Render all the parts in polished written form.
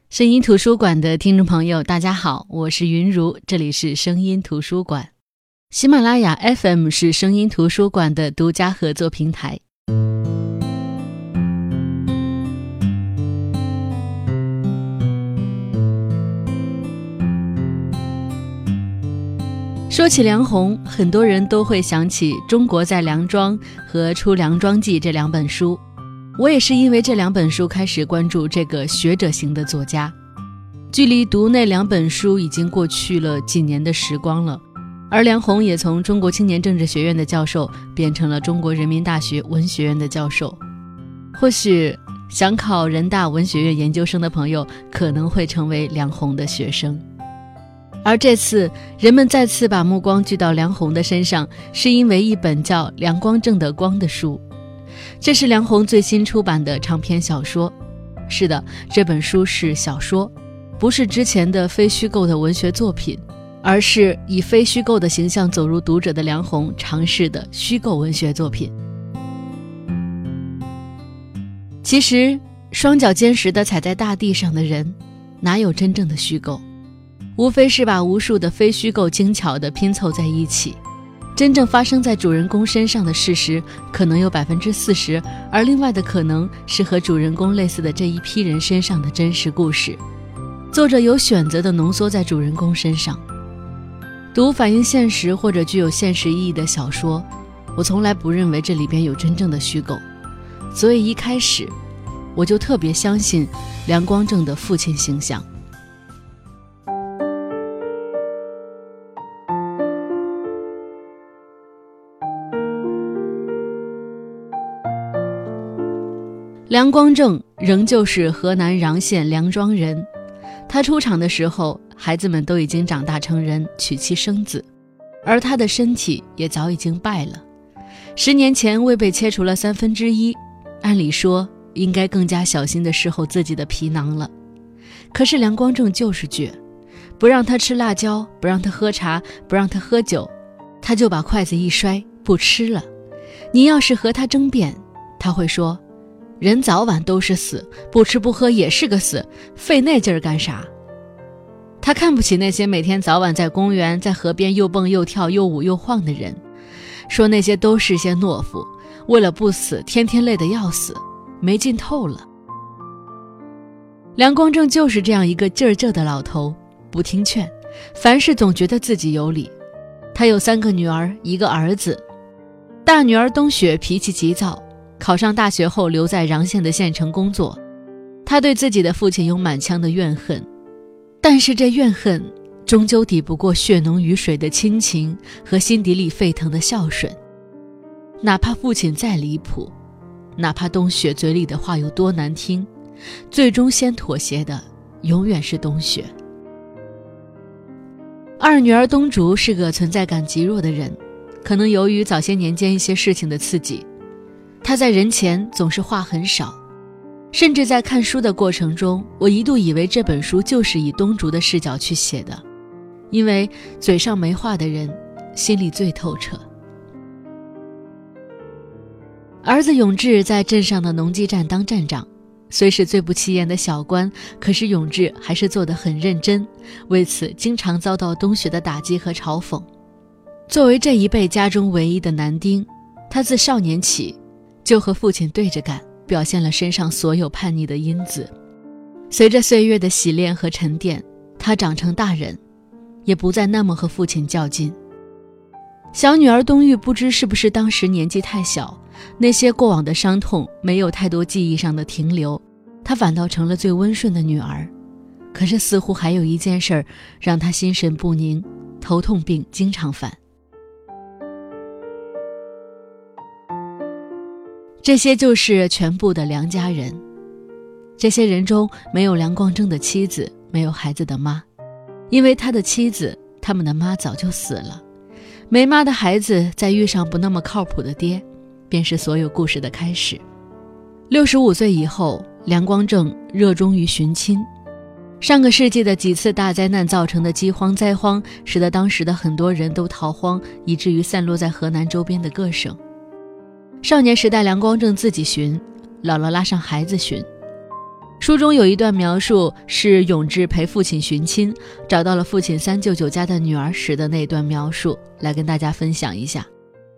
声音图书馆的听众朋友大家好，我是云如，这里是声音图书馆。喜马拉雅 FM 是声音图书馆的独家合作平台。说起梁鸿，很多人都会想起《中国在梁庄》和《出梁庄记》这两本书。我也是因为这两本书开始关注这个学者型的作家。距离读那两本书已经过去了几年的时光了，而梁鸿也从中国青年政治学院的教授变成了中国人民大学文学院的教授。或许想考人大文学院研究生的朋友可能会成为梁鸿的学生。而这次人们再次把目光聚到梁鸿的身上，是因为一本叫《梁光正的光》的书。这是梁鸿最新出版的长篇小说。是的，这本书是小说，不是之前的非虚构的文学作品，而是以非虚构的形象走入读者的梁鸿尝试的虚构文学作品。其实双脚坚实地踩在大地上的人，哪有真正的虚构？无非是把无数的非虚构精巧地拼凑在一起。真正发生在主人公身上的事实可能有 40%， 而另外的可能是和主人公类似的这一批人身上的真实故事。作者有选择地浓缩在主人公身上。读反映现实或者具有现实意义的小说，我从来不认为这里边有真正的虚构，所以一开始我就特别相信梁光正的父亲形象。梁光正仍旧是河南穰县梁庄人，他出场的时候，孩子们都已经长大成人，娶妻生子，而他的身体也早已经败了。10年前胃被切除了1/3，按理说应该更加小心地侍候自己的皮囊了。可是梁光正就是倔，不让他吃辣椒，不让他喝茶，不让他喝酒，他就把筷子一摔，不吃了。你要是和他争辩，他会说，人早晚都是死，不吃不喝也是个死，费那劲儿干啥？他看不起那些每天早晚在公园在河边又蹦又跳又舞又晃的人，说那些都是些懦夫，为了不死天天累得要死，没劲透了。梁光正就是这样一个劲儿劲儿的老头，不听劝，凡事总觉得自己有理。他有3个女儿1个儿子，大女儿冬雪脾气急躁，考上大学后留在穰县的县城工作。他对自己的父亲有满腔的怨恨，但是这怨恨终究抵不过血浓于水的亲情和心底里沸腾的孝顺。哪怕父亲再离谱，哪怕冬雪嘴里的话有多难听，最终先妥协的永远是冬雪。二女儿冬竹是个存在感极弱的人，可能由于早些年间一些事情的刺激，他在人前总是话很少，甚至在看书的过程中，我一度以为这本书就是以冬竹的视角去写的，因为嘴上没话的人心里最透彻。儿子永志在镇上的农机站当站长，虽是最不起眼的小官，可是永志还是做得很认真，为此经常遭到冬雪的打击和嘲讽。作为这一辈家中唯一的男丁，他自少年起就和父亲对着干，表现了身上所有叛逆的因子。随着岁月的洗练和沉淀，他长成大人，也不再那么和父亲较劲。小女儿冬玉不知是不是当时年纪太小，那些过往的伤痛没有太多记忆上的停留，她反倒成了最温顺的女儿。可是似乎还有一件事让她心神不宁，头痛病经常犯。这些就是全部的梁家人。这些人中没有梁光正的妻子，没有孩子的妈，因为他的妻子，他们的妈早就死了。没妈的孩子再遇上不那么靠谱的爹，便是所有故事的开始。65岁以后，梁光正热衷于寻亲。上个世纪的几次大灾难造成的饥荒灾荒，使得当时的很多人都逃荒，以至于散落在河南周边的各省。少年时代梁光正自己寻，老了拉上孩子寻。 书中有一段描述是永志陪父亲寻亲，找到了父亲三舅舅家的女儿时的那段描述，来跟大家分享一下。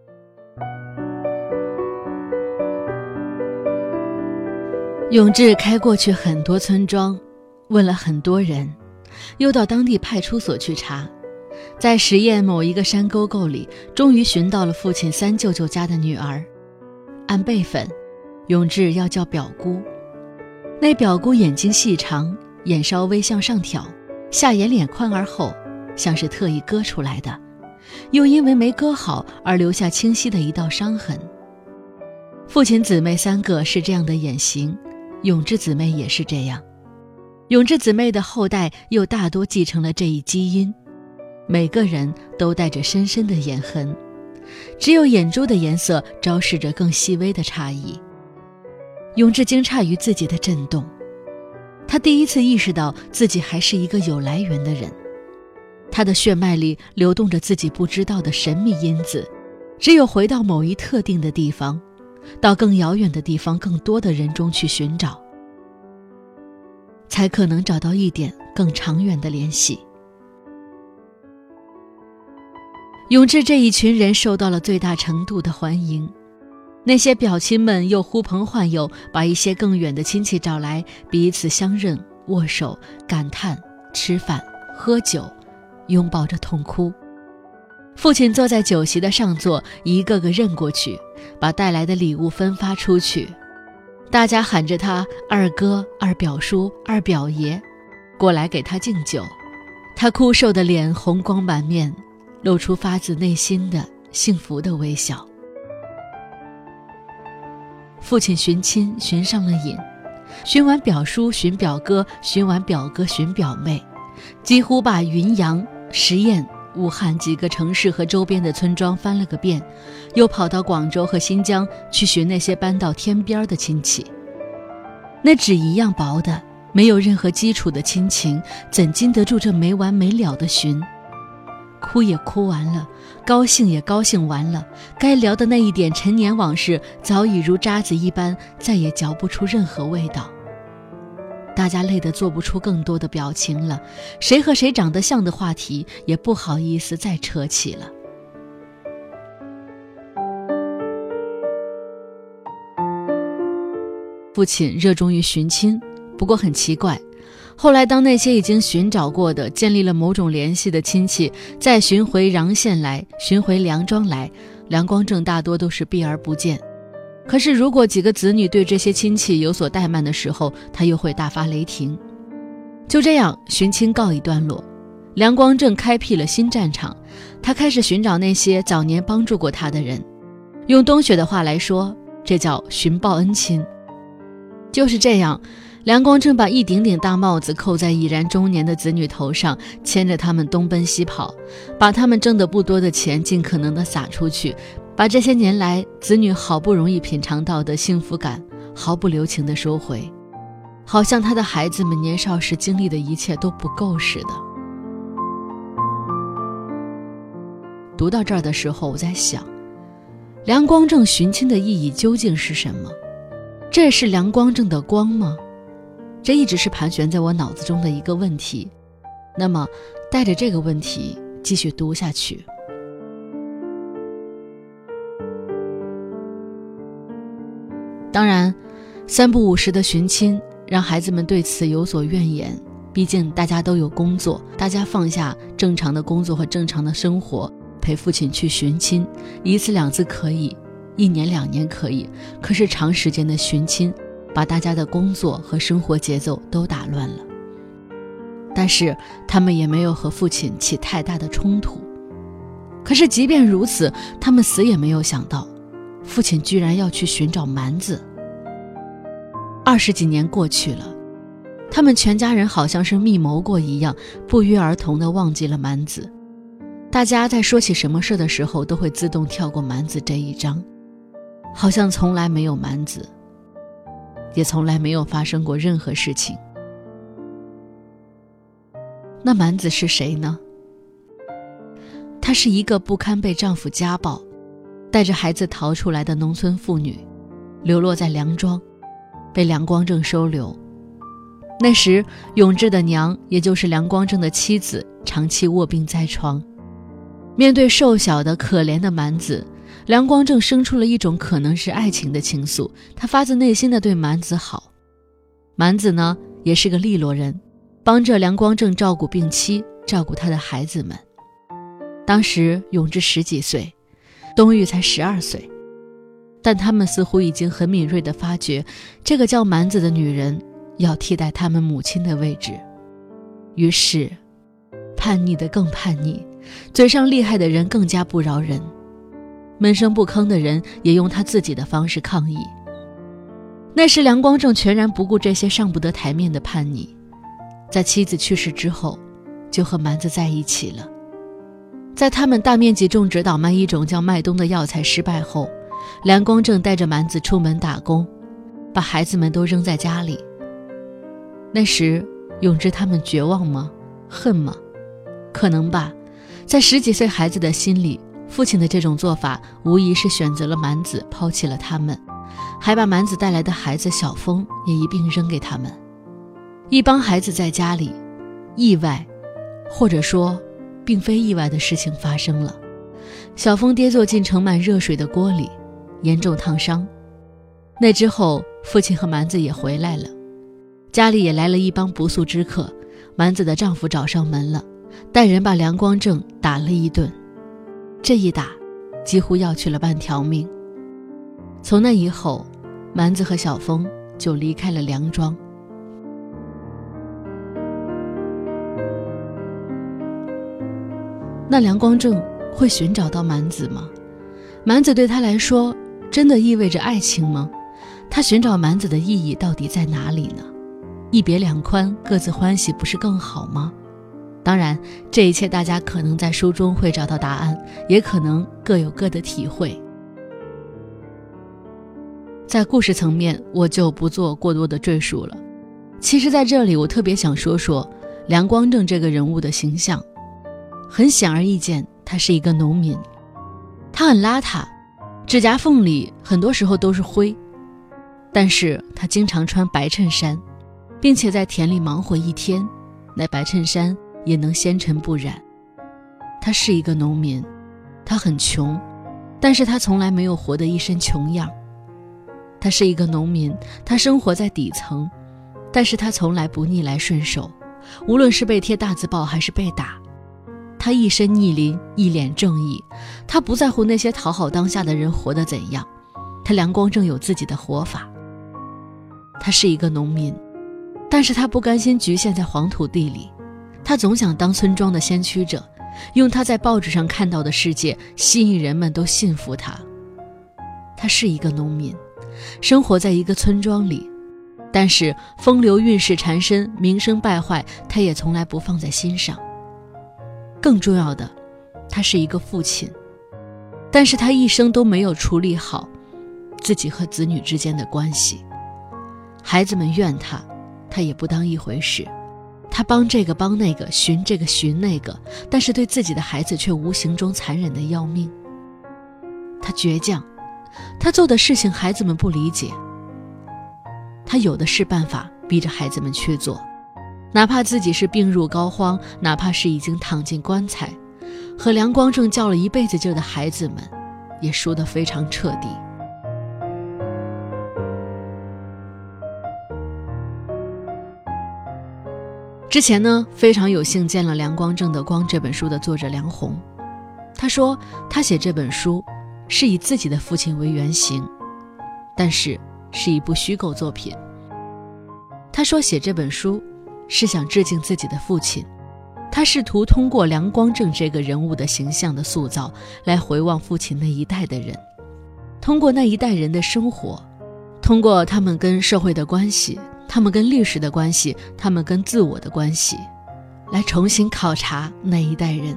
永志开过去很多村庄，问了很多人，又到当地派出所去查，在十堰某一个山沟沟里，终于寻到了父亲三舅舅家的女儿。按辈分，永志要叫表姑。那表姑眼睛细长，眼稍微向上挑，下眼脸宽而厚，像是特意割出来的，又因为没割好而留下清晰的一道伤痕。父亲姊妹3个是这样的眼型，永志姊妹也是这样。永志姊妹的后代又大多继承了这一基因，每个人都带着深深的眼痕，只有眼珠的颜色昭示着更细微的差异。永志惊诧于自己的震动，他第一次意识到自己还是一个有来源的人，他的血脉里流动着自己不知道的神秘因子，只有回到某一特定的地方，到更遥远的地方更多的人中去寻找，才可能找到一点更长远的联系。永志这一群人受到了最大程度的欢迎，那些表亲们又呼朋唤友，把一些更远的亲戚找来，彼此相认，握手，感叹，吃饭，喝酒，拥抱着痛哭。父亲坐在酒席的上座，一个个认过去，把带来的礼物分发出去，大家喊着他二哥、二表叔、二表爷，过来给他敬酒。他枯瘦的脸红光满面，露出发自内心的幸福的微笑。父亲寻亲寻上了瘾，寻完表叔寻表哥，寻完表哥寻表妹，几乎把云阳、十堰、武汉几个城市和周边的村庄翻了个遍，又跑到广州和新疆去寻那些搬到天边的亲戚。那纸一样薄的，没有任何基础的亲情，怎经得住这没完没了的寻？哭也哭完了，高兴也高兴完了，该聊的那一点陈年往事早已如渣子一般，再也嚼不出任何味道。大家累得做不出更多的表情了，谁和谁长得像的话题也不好意思再扯起了。父亲热衷于寻亲，不过很奇怪，后来当那些已经寻找过的、建立了某种联系的亲戚再寻回穰县来，寻回梁庄来，梁光正大多都是避而不见。可是如果几个子女对这些亲戚有所怠慢的时候，他又会大发雷霆。就这样，寻亲告一段落，梁光正开辟了新战场，他开始寻找那些早年帮助过他的人，用冬雪的话来说，这叫寻报恩亲。就是这样，梁光正把一顶顶大帽子扣在已然中年的子女头上，牵着他们东奔西跑，把他们挣得不多的钱尽可能地撒出去，把这些年来子女好不容易品尝到的幸福感毫不留情地收回，好像他的孩子们年少时经历的一切都不够似的。读到这儿的时候，我在想，梁光正寻亲的意义究竟是什么？这是梁光正的光吗？这一直是盘旋在我脑子中的一个问题。那么带着这个问题继续读下去。当然3不5时的寻亲让孩子们对此有所怨言，毕竟大家都有工作，大家放下正常的工作和正常的生活，陪父亲去寻亲，1次2次可以，1年2年可以，可是长时间的寻亲把大家的工作和生活节奏都打乱了。但是他们也没有和父亲起太大的冲突。可是即便如此，他们死也没有想到父亲居然要去寻找蛮子。20几年过去了，他们全家人好像是密谋过一样，不约而同地忘记了蛮子。大家在说起什么事的时候都会自动跳过蛮子这一章，好像从来没有蛮子，也从来没有发生过任何事情。那蛮子是谁呢？她是一个不堪被丈夫家暴，带着孩子逃出来的农村妇女，流落在梁庄，被梁光正收留， 那时永志的娘，也就是梁光正的妻子，长期卧病在床。面对瘦小的可怜的蛮子，梁光正生出了一种可能是爱情的情愫，他发自内心的对蛮子好。蛮子呢，也是个利落人，帮着梁光正照顾病妻，照顾他的孩子们。当时永志10几岁，东玉才12岁，但他们似乎已经很敏锐地发觉，这个叫蛮子的女人要替代他们母亲的位置。于是叛逆的更叛逆，嘴上厉害的人更加不饶人，闷声不吭的人也用他自己的方式抗议。那时梁光正全然不顾这些上不得台面的叛逆，在妻子去世之后就和蛮子在一起了。在他们大面积种植倒卖一种叫麦冬的药材失败后，梁光正带着蛮子出门打工，把孩子们都扔在家里。那时永志他们绝望吗？恨吗？可能吧。在10几岁孩子的心里，父亲的这种做法无疑是选择了蛮子，抛弃了他们，还把蛮子带来的孩子小峰也一并扔给他们。一帮孩子在家里，意外或者说并非意外的事情发生了。小峰跌坐进盛满热水的锅里，严重烫伤。那之后父亲和蛮子也回来了，家里也来了一帮不速之客。蛮子的丈夫找上门了，带人把梁光正打了一顿，这一打几乎要去了半条命。从那以后，蛮子和小峰就离开了梁庄。那梁光正会寻找到蛮子吗？蛮子对他来说真的意味着爱情吗？他寻找蛮子的意义到底在哪里呢？一别两宽，各自欢喜，不是更好吗？当然，这一切大家可能在书中会找到答案，也可能各有各的体会。在故事层面，我就不做过多的赘述了。其实在这里，我特别想说说梁光正这个人物的形象。很显而易见，他是一个农民，他很邋遢，指甲缝里很多时候都是灰，但是他经常穿白衬衫，并且在田里忙活一天，那白衬衫也能纤尘不染。他是一个农民，他很穷，但是他从来没有活得一身穷样。他是一个农民，他生活在底层，但是他从来不逆来顺受，无论是被贴大字报还是被打，他一身逆鳞，一脸正义，他不在乎那些讨好当下的人活得怎样，他梁光正有自己的活法。他是一个农民，但是他不甘心局限在黄土地里，他总想当村庄的先驱者，用他在报纸上看到的世界吸引人们都信服他。他是一个农民，生活在一个村庄里，但是风流韵事缠身，名声败坏，他也从来不放在心上。更重要的，他是一个父亲，但是他一生都没有处理好自己和子女之间的关系。孩子们怨他，他也不当一回事，他帮这个帮那个，寻这个寻那个，但是对自己的孩子却无形中残忍的要命。他倔强，他做的事情孩子们不理解，他有的是办法逼着孩子们去做，哪怕自己是病入膏肓，哪怕是已经躺进棺材，和梁光正较了一辈子劲的孩子们也输得非常彻底。之前呢，非常有幸见了梁光正的《光》这本书的作者梁鸿，他说他写这本书是以自己的父亲为原型，但是是一部虚构作品。他说写这本书是想致敬自己的父亲，他试图通过梁光正这个人物的形象的塑造来回望父亲那一代的人，通过那一代人的生活，通过他们跟社会的关系，他们跟历史的关系，他们跟自我的关系，来重新考察那一代人。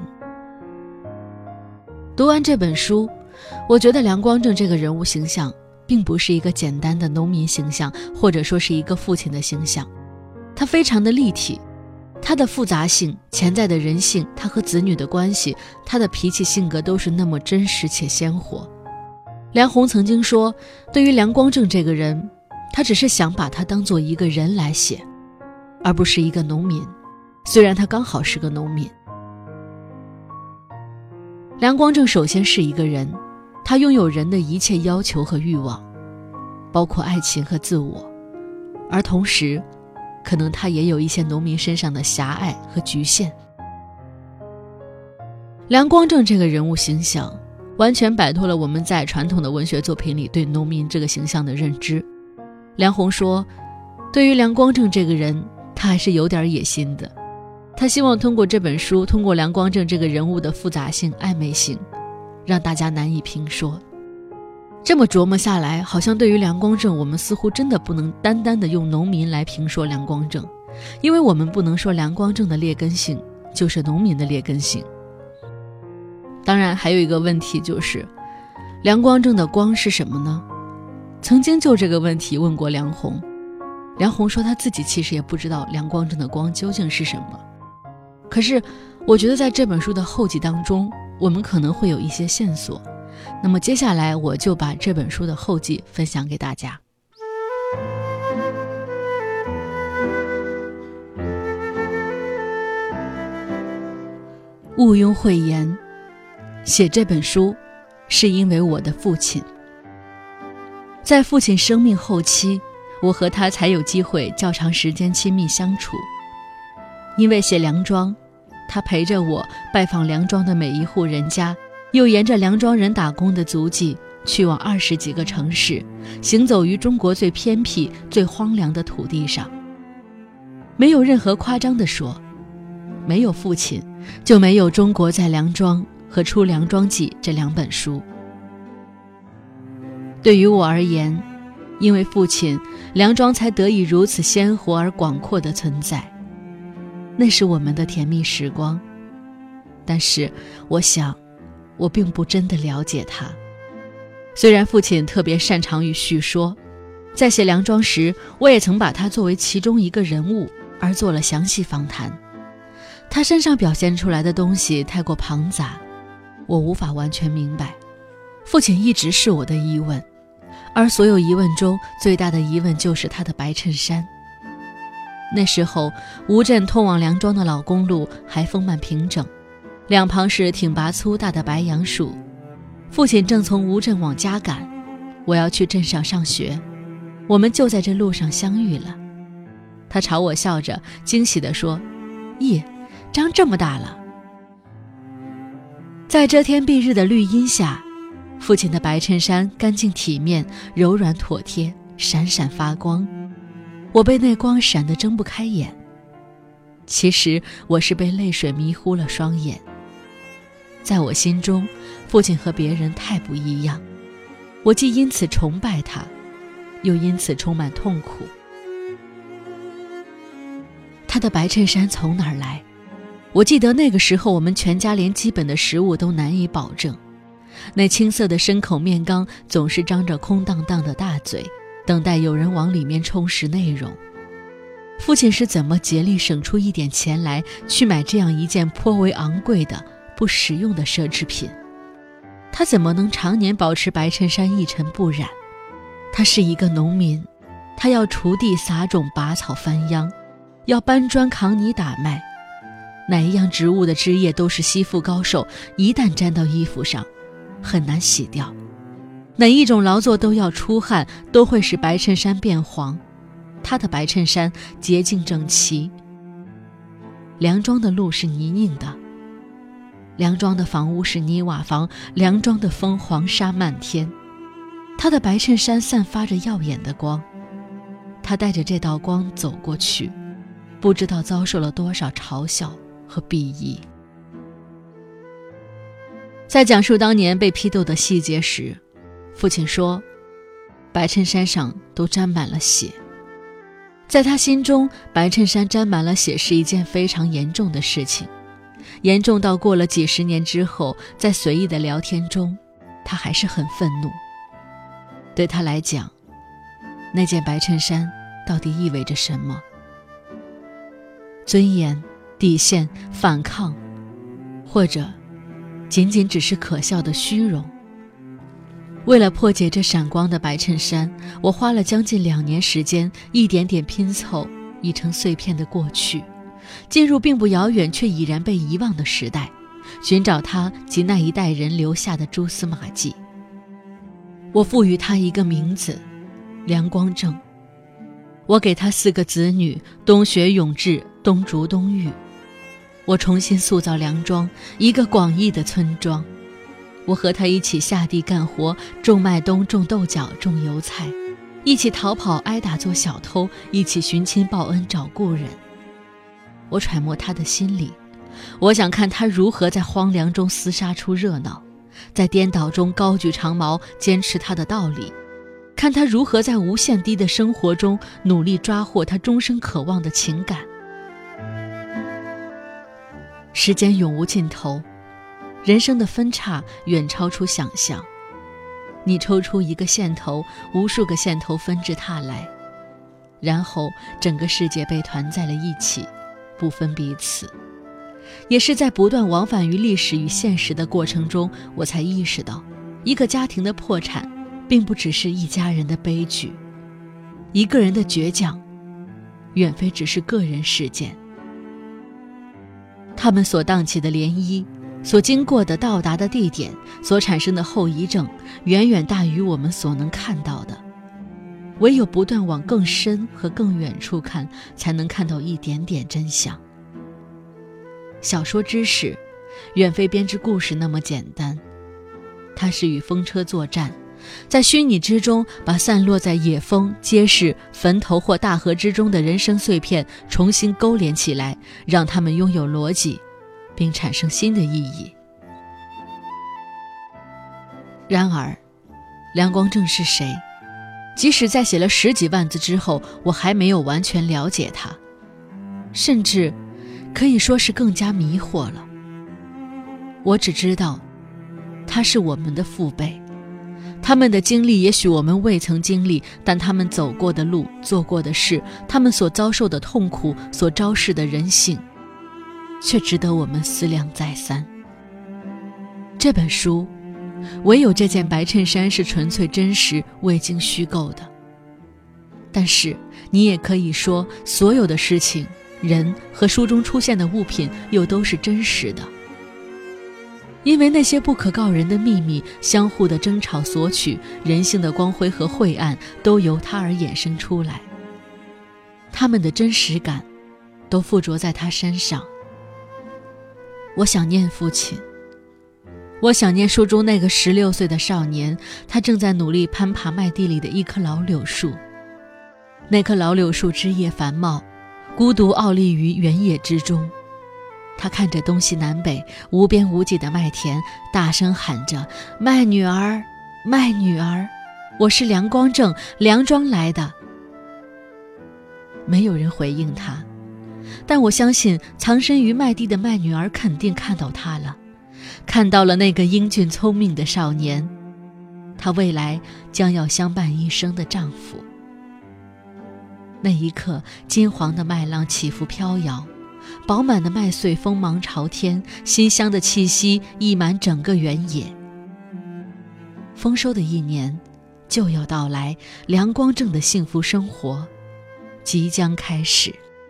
读完这本书，我觉得梁光正这个人物形象并不是一个简单的农民形象，或者说是一个父亲的形象，他非常的立体，他的复杂性，潜在的人性，他和子女的关系，他的脾气性格都是那么真实且鲜活。梁鸿曾经说，对于梁光正这个人，他只是想把他当做一个人来写， 而不是一个农民，虽然他刚好是个农民。梁光正首先是一个人，他拥有人的一切要求和欲望，包括爱情和自我，而同时可能他也有一些农民身上的狭隘和局限。梁光正这个人物形象完全摆脱了我们在传统的文学作品里对农民这个形象的认知。梁鸿说，对于梁光正这个人，他还是有点野心的。他希望通过这本书，通过梁光正这个人物的复杂性、暧昧性，让大家难以评说。这么琢磨下来，好像对于梁光正，我们似乎真的不能单单的用农民来评说梁光正，因为我们不能说梁光正的劣根性就是农民的劣根性。当然还有一个问题，就是梁光正的光是什么呢？曾经就这个问题问过梁鸿，梁鸿说他自己其实也不知道梁光正的光究竟是什么。可是我觉得在这本书的后记当中，我们可能会有一些线索。那么接下来我就把这本书的后记分享给大家。毋庸讳言，写这本书是因为我的父亲。在父亲生命后期，我和他才有机会较长时间亲密相处。因为写梁庄，他陪着我拜访梁庄的每一户人家，又沿着梁庄人打工的足迹去往20几个城市，行走于中国最偏僻最荒凉的土地上。没有任何夸张地说，没有父亲就没有《中国在梁庄》和《出梁庄记》这2本书。对于我而言，因为父亲，梁庄才得以如此鲜活而广阔的存在。那是我们的甜蜜时光，但是我想我并不真的了解他。虽然父亲特别擅长于叙说，在写梁庄时，我也曾把他作为其中一个人物而做了详细访谈。他身上表现出来的东西太过庞杂，我无法完全明白。父亲一直是我的疑问，而所有疑问中最大的疑问就是他的白衬衫。那时候吴镇通往梁庄的老公路还丰满平整，两旁是挺拔粗大的白杨树。父亲正从吴镇往家赶，我要去镇上上学，我们就在这路上相遇了。他朝我笑着，惊喜地说：“咦，长这么大了。”在遮天蔽日的绿荫下，父亲的白衬衫干净体面，柔软妥帖，闪闪发光。我被那光闪得睁不开眼。其实我是被泪水迷糊了双眼。在我心中，父亲和别人太不一样，我既因此崇拜他，又因此充满痛苦。他的白衬衫从哪儿来？我记得那个时候我们全家连基本的食物都难以保证，那青涩的深口面缸总是张着空荡荡的大嘴，等待有人往里面充实内容。父亲是怎么竭力省出一点钱来去买这样一件颇为昂贵的不实用的奢侈品？他怎么能常年保持白衬衫一尘不染？他是一个农民，他要锄地撒种拔草翻秧，要搬砖扛泥打麦，哪一样植物的枝叶都是吸附高瘦，一旦沾到衣服上很难洗掉，哪一种劳作都要出汗，都会使白衬衫变黄。他的白衬衫洁净整齐。梁庄的路是泥泞的，梁庄的房屋是泥瓦房，梁庄的风黄沙漫天。他的白衬衫散发着耀眼的光，他带着这道光走过去，不知道遭受了多少嘲笑和鄙夷。在讲述当年被批斗的细节时，父亲说，白衬衫上都沾满了血。在他心中，白衬衫沾满了血是一件非常严重的事情，严重到过了几十年之后，在随意的聊天中，他还是很愤怒。对他来讲，那件白衬衫到底意味着什么？尊严、底线、反抗，或者仅仅只是可笑的虚荣？为了破解这闪光的白衬衫，我花了将近2年时间，一点点拼凑， 已成碎片的过去，进入并不遥远却已然被遗忘的时代，寻找他及那一代人留下的蛛丝马迹。我赋予他一个名字，梁光正。我给他4个子女，东学永志，东竹东育。我重新塑造梁庄，一个广义的村庄。我和他一起下地干活，种麦冬，种豆角，种油菜，一起逃跑挨打做小偷，一起寻亲报恩找故人。我揣摩他的心理，我想看他如何在荒凉中厮杀出热闹，在颠倒中高举长矛，坚持他的道理，看他如何在无限低的生活中努力抓获他终生渴望的情感。时间永无尽头，人生的分叉远超出想象。你抽出一个线头，无数个线头纷至沓来，然后整个世界被团在了一起，不分彼此。也是在不断往返于历史与现实的过程中，我才意识到，一个家庭的破产并不只是一家人的悲剧，一个人的倔强远非只是个人事件。他们所荡起的涟漪，所经过的到达的地点，所产生的后遗症，远远大于我们所能看到的。唯有不断往更深和更远处看，才能看到一点点真相。小说知识远非编织故事那么简单，它是与风车作战，在虚拟之中把散落在野峰、街市、坟头或大河之中的人生碎片重新勾连起来，让它们拥有逻辑，并产生新的意义。然而，梁光正是谁？即使在写了10几万字之后，我还没有完全了解他，甚至可以说是更加迷惑了。我只知道，他是我们的父辈，他们的经历也许我们未曾经历，但他们走过的路、做过的事，他们所遭受的痛苦、所昭示的人性，却值得我们思量再三。这本书，唯有这件白衬衫是纯粹真实、未经虚构的。但是，你也可以说，所有的事情、人和书中出现的物品又都是真实的。因为那些不可告人的秘密，相互的争吵索取，人性的光辉和晦暗，都由它而衍生出来。他们的真实感，都附着在他身上。我想念父亲，我想念书中那个16岁的少年，他正在努力攀爬麦地里的一棵老柳树。那棵老柳树枝叶繁茂，孤独傲立于原野之中。他看着东西南北无边无际的麦田，大声喊着：麦女儿，麦女儿，我是梁光正，梁庄来的。没有人回应他，但我相信藏身于麦地的麦女儿肯定看到他了，看到了那个英俊聪明的少年，他未来将要相伴一生的丈夫。那一刻，金黄的麦浪起伏飘摇，饱满的麦穗锋芒朝天，馨香的气息溢满整个原野。丰收的一年就要到来，梁光正的幸福生活即将开始。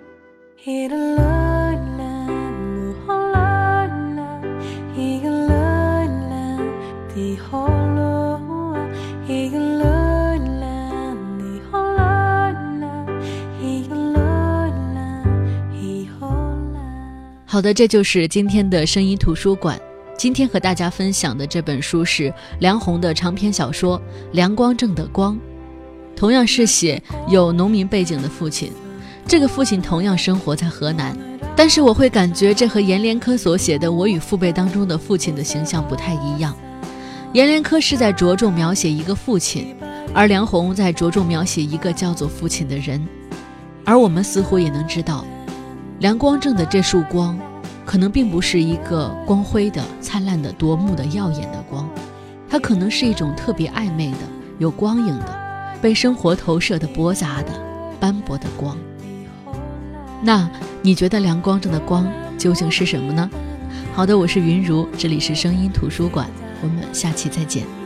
好的，这就是今天的声音图书馆。今天和大家分享的这本书是梁鸿的长篇小说《梁光正的光》，同样是写有农民背景的父亲，这个父亲同样生活在河南，但是我会感觉这和阎连科所写的《我与父辈》当中的父亲的形象不太一样。阎连科是在着重描写一个父亲，而梁鸿在着重描写一个叫做父亲的人。而我们似乎也能知道，梁光正的这束光可能并不是一个光辉的、灿烂的、夺目的、耀眼的光，它可能是一种特别暧昧的、有光影的、被生活投射的驳杂的、斑驳的光。那你觉得梁光正的光究竟是什么呢？好的，我是云如，这里是声音图书馆，我们下期再见。